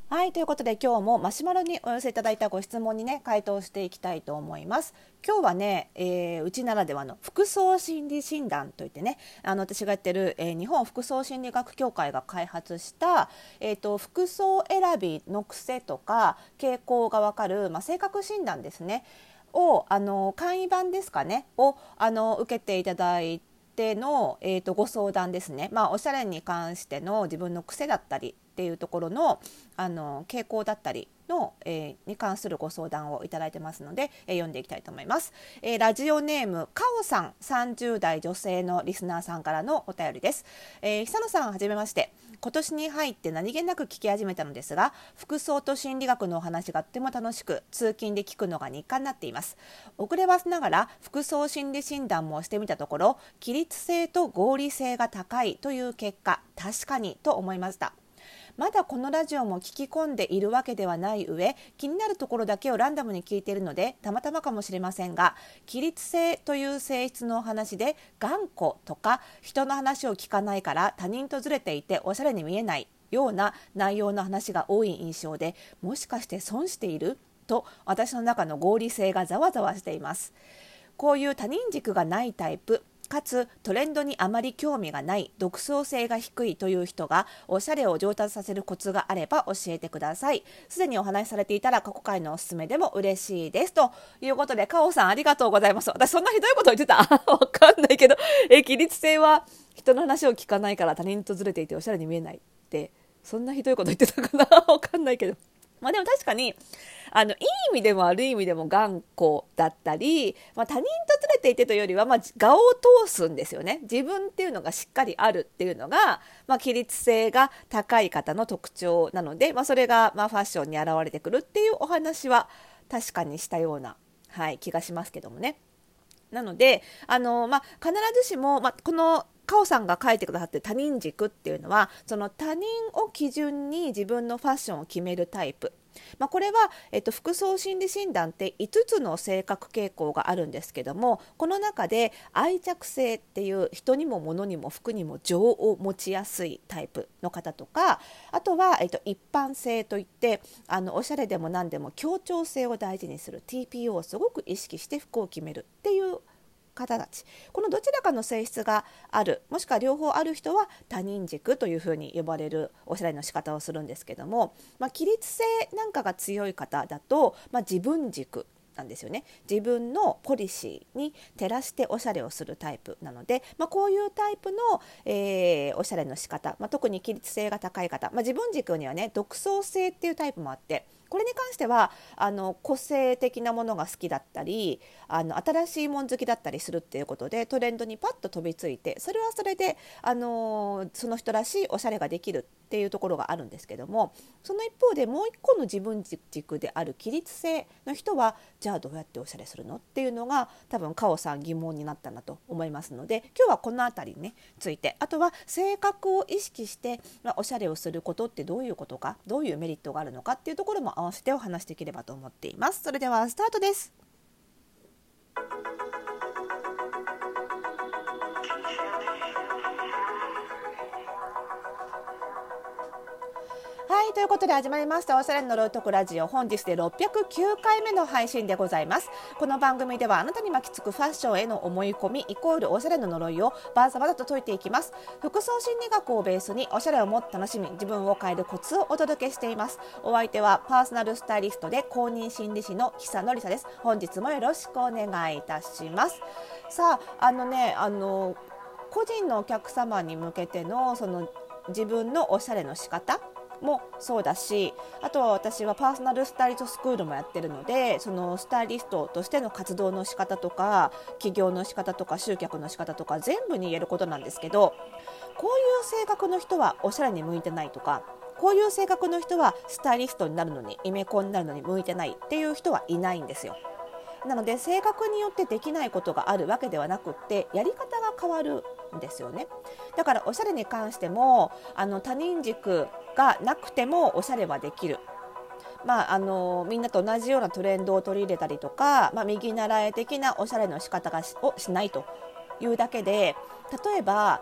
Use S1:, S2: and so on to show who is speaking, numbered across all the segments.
S1: はい、ということで今日もマシュマロにお寄せいただいたご質問にね回答していきたいと思います。今日はね、うちならではの服装心理診断といってね、私がやってる、日本服装心理学協会が開発した、服装選びの癖とか傾向がわかる、性格診断ですねを簡易版ですかねを受けていただいての、ご相談ですね。おしゃれに関しての自分の癖だったりっていうところの、傾向だったりの、に関するご相談をいただいてますので、読んでいきたいと思います。ラジオネームかおさん、30代女性のリスナーさんからのお便りです。久野さんはじめまして。今年に入って何気なく聞き始めたのですが、服装と心理学のお話がとても楽しく、通勤で聞くのが日課になっています。遅ればせながら服装心理診断もしてみたところ、規律性と合理性が高いという結果、確かにと思いました。まだこのラジオも聞き込んでいるわけではない上、気になるところだけをランダムに聞いているのでたまたまかもしれませんが、規律性という性質のお話で頑固とか人の話を聞かないから他人とずれていておしゃれに見えないような内容の話が多い印象で、もしかして損していると私の中の合理性がざわざわしています。こういう他人軸がないタイプかつトレンドにあまり興味がない独創性が低いという人がおしゃれを上達させるコツがあれば教えてください。すでにお話しされていたら過去回のおすすめでも嬉しいですということで、カオさんありがとうございます。私そんなひどいこと言ってたわかんないけど、規律性は人の話を聞かないから他人とずれていておしゃれに見えないってそんなひどいこと言ってたかなわかんないけど、でも確かにいい意味でも悪い意味でも頑固だったり、他人とずれていてというよりは、我を通すんですよね。自分っていうのがしっかりあるっていうのが、規律性が高い方の特徴なので、それがファッションに現れてくるっていうお話は確かにしたような、気がしますけどもね。なので必ずしも、このカオさんが書いてくださってる他人軸っていうのは、その他人を基準に自分のファッションを決めるタイプ、これは、服装心理診断って5つの性格傾向があるんですけども、この中で愛着性っていう人にも物にも服にも情を持ちやすいタイプの方とか、あとは、一般性といっておしゃれでも何でも協調性を大事にする TPO をすごく意識して服を決めるっていう方たち、このどちらかの性質がある、もしくは両方ある人は他人軸というふうに呼ばれるおしゃれの仕方をするんですけども、規律性なんかが強い方だと、自分軸なんですよね。自分のポリシーに照らしておしゃれをするタイプなので、こういうタイプの、おしゃれの仕方、特に規律性が高い方、自分軸にはね独創性っていうタイプもあって、これに関しては個性的なものが好きだったり新しいもん好きだったりするっていうことでトレンドにパッと飛びついて、それはそれで、その人らしいおしゃれができるっていうところがあるんですけども、その一方でもう一個の自分軸である規律性の人はじゃあどうやっておしゃれするのっていうのが多分カオさん疑問になったなと思いますので、今日はこのあたりにねついて、あとは性格を意識して、おしゃれをすることってどういうことか、どういうメリットがあるのかっていうところも合わせてお話しできればと思っています。それではスタートです。はい、ということで始まりましたおしゃれの呪い解くラジオ、本日で609回目の配信でございます。この番組ではあなたに巻きつくファッションへの思い込みイコールおしゃれの呪いをバサバサと解いていきます。服装心理学をベースにおしゃれをもっと楽しみ自分を変えるコツをお届けしています。お相手はパーソナルスタイリストで公認心理師の久野里沙です。本日もよろしくお願いいたします。さあ個人のお客様に向けてのその自分のおしゃれの仕方もそうだし、あとは私はパーソナルスタイリストスクールもやってるので、そのスタイリストとしての活動の仕方とか起業の仕方とか集客の仕方とか全部に言えることなんですけど、こういう性格の人はおしゃれに向いてないとか、こういう性格の人はスタイリストになるのにイメコンになるのに向いてないっていう人はいないんですよ。なので性格によってできないことがあるわけではなくって、やり方が変わるんですよね。だからおしゃれに関しても他人軸がなくてもおしゃれはできる。みんなと同じようなトレンドを取り入れたりとか、右習い的なおしゃれの仕方をしないというだけで、例えば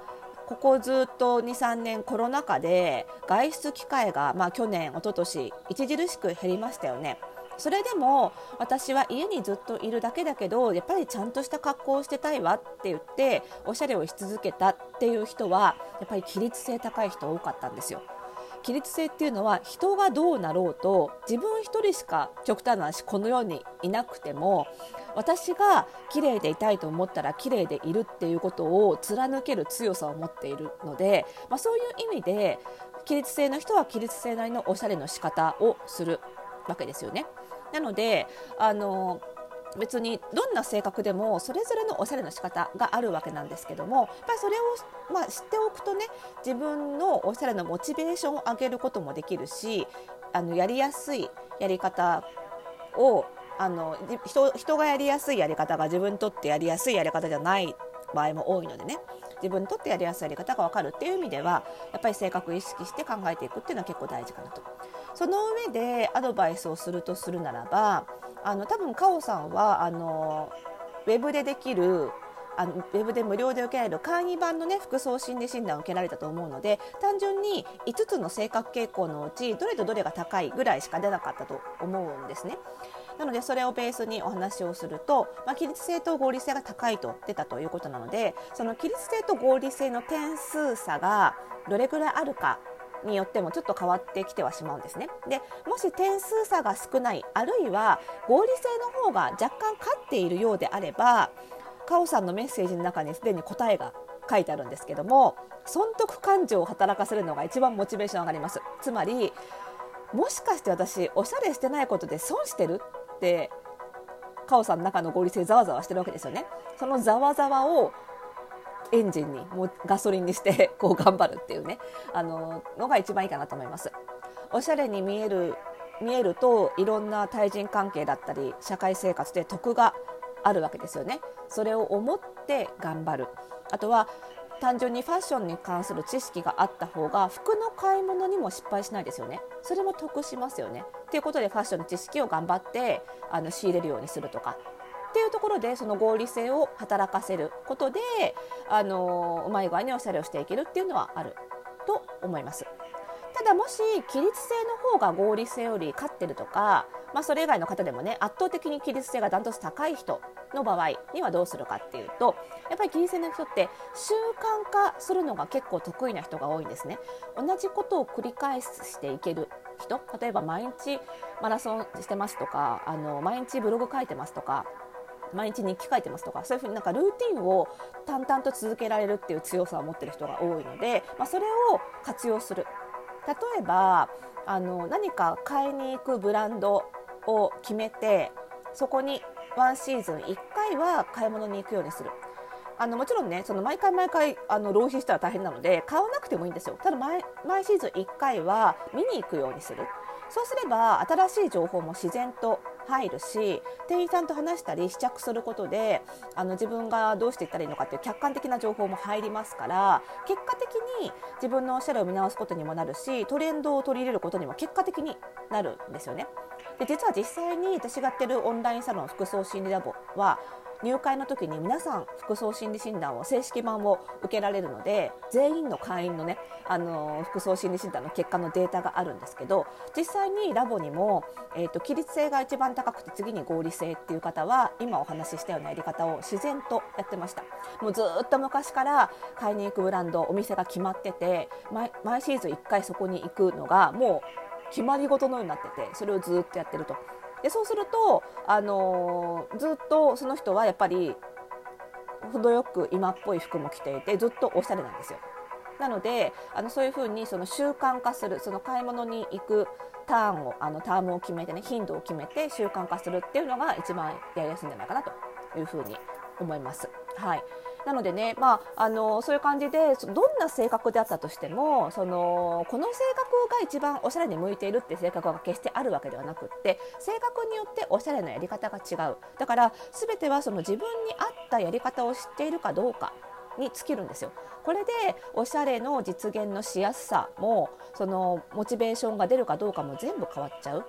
S1: ここずっと 2,3 年コロナ禍で外出機会が、去年一昨年著しく減りましたよね。それでも私は家にずっといるだけだけどやっぱりちゃんとした格好をしてたいわって言っておしゃれをし続けたっていう人はやっぱり起立性高い人多かったんですよ。起立性っていうのは人がどうなろうと自分一人しか極端な話この世にいなくても私が綺麗でいたいと思ったら綺麗でいるっていうことを貫ける強さを持っているので、そういう意味で起立性の人は起立性なりのおしゃれの仕方をするわけですよね。なので別にどんな性格でもそれぞれのおしゃれの仕方があるわけなんですけども、やっぱりそれを、知っておくとね自分のおしゃれのモチベーションを上げることもできるしやりやすいやり方を人がやりやすいやり方が自分にとってやりやすいやり方じゃない場合も多いのでね、自分にとってやりやすいやり方が分かるっていう意味ではやっぱり性格を意識して考えていくっていうのは結構大事かなと。その上でアドバイスをするとするならば多分カオさんはウェブでできるウェブで無料で受けられる簡易版の、服装心理診断を受けられたと思うので単純に5つの性格傾向のうちどれとどれが高いぐらいしか出なかったと思うんですね。なのでそれをベースにお話をすると、起立性と合理性が高いと出たということなのでその起立性と合理性の点数差がどれくらいあるかによってもちょっと変わってきてはしまうんですね。でもし点数差が少ないあるいは合理性の方が若干勝っているようであればカオさんのメッセージの中にすでに答えが書いてあるんですけども損得感情を働かせるのが一番モチベーション上がります。つまりもしかして私おしゃれしてないことで損してるってカオさんの中の合理性ざわざわしてるわけですよね。そのざわざわをエンジンにもうガソリンにしてこう頑張るっていうねのが一番いいかなと思います。おしゃれに見えるといろんな対人関係だったり社会生活で得があるわけですよね。それを思って頑張る。あとは単純にファッションに関する知識があった方が服の買い物にも失敗しないですよね。それも得しますよね。ということでファッションの知識を頑張って仕入れるようにするとかっていうところでその合理性を働かせることでうまい具合におしゃれをしていけるっていうのはあると思います。ただもし起立性の方が合理性より勝ってるとか、それ以外の方でもね圧倒的に起立性がダントツ高い人の場合にはどうするかっていうとやっぱり起立性の人って習慣化するのが結構得意な人が多いんですね。同じことを繰り返していける人、例えば毎日マラソンしてますとか毎日ブログ書いてますとか毎日日記書いてますとかそういうふうにルーティンを淡々と続けられるっていう強さを持っている人が多いので、それを活用する。例えば何か買いに行くブランドを決めてそこにワンシーズン1回は買い物に行くようにする。もちろんね毎回浪費したら大変なので買わなくてもいいんですよ。ただ毎シーズン1回は見に行くようにする。そうすれば新しい情報も自然と入るし店員さんと話したり試着することで自分がどうしていったらいいのかっていう客観的な情報も入りますから結果的に自分のおしゃれを見直すことにもなるしトレンドを取り入れることにも結果的になるんですよね。で実は実際に私がやってるオンラインサロン服装心理ラボは入会の時に皆さん服装心理診断を正式版を受けられるので全員の会員のね服装心理診断の結果のデータがあるんですけど実際にラボにも、起立性が一番高くて次に合理性っていう方は今お話ししたようなやり方を自然とやってました。もうずっと昔から買いに行くブランドお店が決まってて毎シーズン1回そこに行くのがもう決まり事のようになっててそれをずっとやってると。でそうすると、ずっとその人はやっぱり程よく今っぽい服も着ていてずっとおしゃれなんですよ。なのでそういうふうにその習慣化するその買い物に行くタームを決めてね頻度を決めて習慣化するっていうのが一番やりやすいんじゃないかなというふうに思います。はい。なのでね、そういう感じでどんな性格であったとしてもこの性格が一番おしゃれに向いているって性格が決してあるわけではなくって性格によっておしゃれのやり方が違う。だから全てはその自分に合ったやり方を知っているかどうかに尽きるんですよ。これでおしゃれの実現のしやすさもそのモチベーションが出るかどうかも全部変わっちゃう。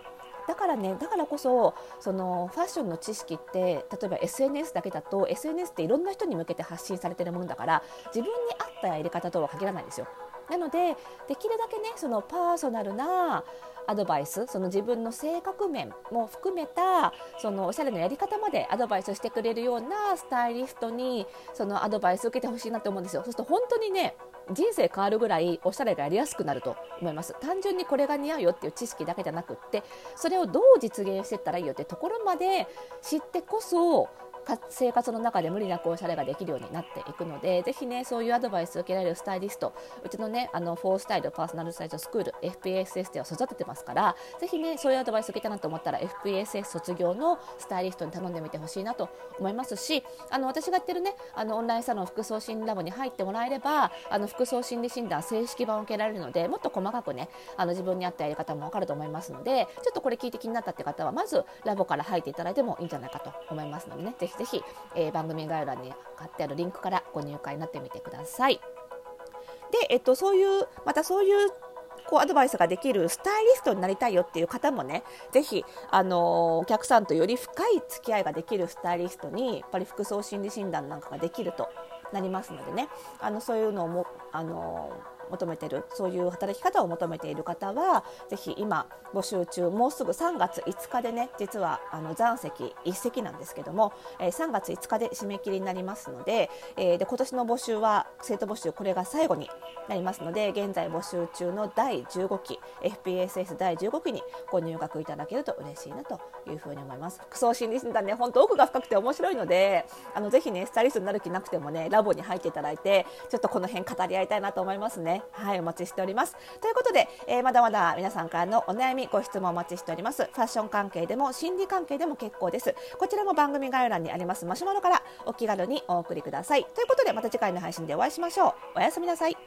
S1: だからこそそのファッションの知識って例えば SNS だけだと SNS っていろんな人に向けて発信されているものだから自分に合ったやり方とは限らないんですよ。なのでできるだけねそのパーソナルなアドバイス、その自分の性格面も含めたそのおしゃれなやり方までアドバイスしてくれるようなスタイリストにそのアドバイスを受けてほしいなと思うんですよ。そうすると本当にね人生変わるぐらいおしゃれがやりやすくなると思います。単純にこれが似合うよっていう知識だけじゃなくってそれをどう実現していったらいいよってところまで知ってこそ生活の中で無理なくおしゃれができるようになっていくので、ぜひねそういうアドバイスを受けられるスタイリスト、うちのねフォースタイルパーソナルスタイルスクール FPSS では育ててますから、ぜひねそういうアドバイスを受けたなと思ったら FPSS 卒業のスタイリストに頼んでみてほしいなと思いますし、私がやってるねオンラインサロン服装心理ラボに入ってもらえれば服装心理診断正式版を受けられるので、もっと細かくね自分に合ったやり方も分かると思いますので、ちょっとこれ聞いて気になったって方はまずラボから入っていただいてもいいんじゃないかと思いますのでね、ぜひ番組概要欄に貼ってあるリンクからご入会になってみてください。で、そういうアドバイスができるスタイリストになりたいよっていう方もね、ぜひお客さんとより深い付き合いができるスタイリストにやっぱり服装心理診断なんかができるとなりますのでね、そういうのをも求めている、そういう働き方を求めている方はぜひ今募集中、もうすぐ3月5日でね、実は残席1席なんですけども、3月5日で締め切りになりますので、今年の募集は生徒募集これが最後になりますので、現在募集中の第15期 FPSS 第15期にご入学いただけると嬉しいなというふうに思います。服装心理診断ね、本当奥が深くて面白いのでぜひねスタイリストになる気なくてもねラボに入っていただいてちょっとこの辺語り合いたいなと思いますね。はい、お待ちしております。ということで、まだまだ皆さんからのお悩みご質問お待ちしております。ファッション関係でも心理関係でも結構です。こちらも番組概要欄にありますマシュマロからお気軽にお送りください。ということでまた次回の配信でお会いしましょう。おやすみなさい。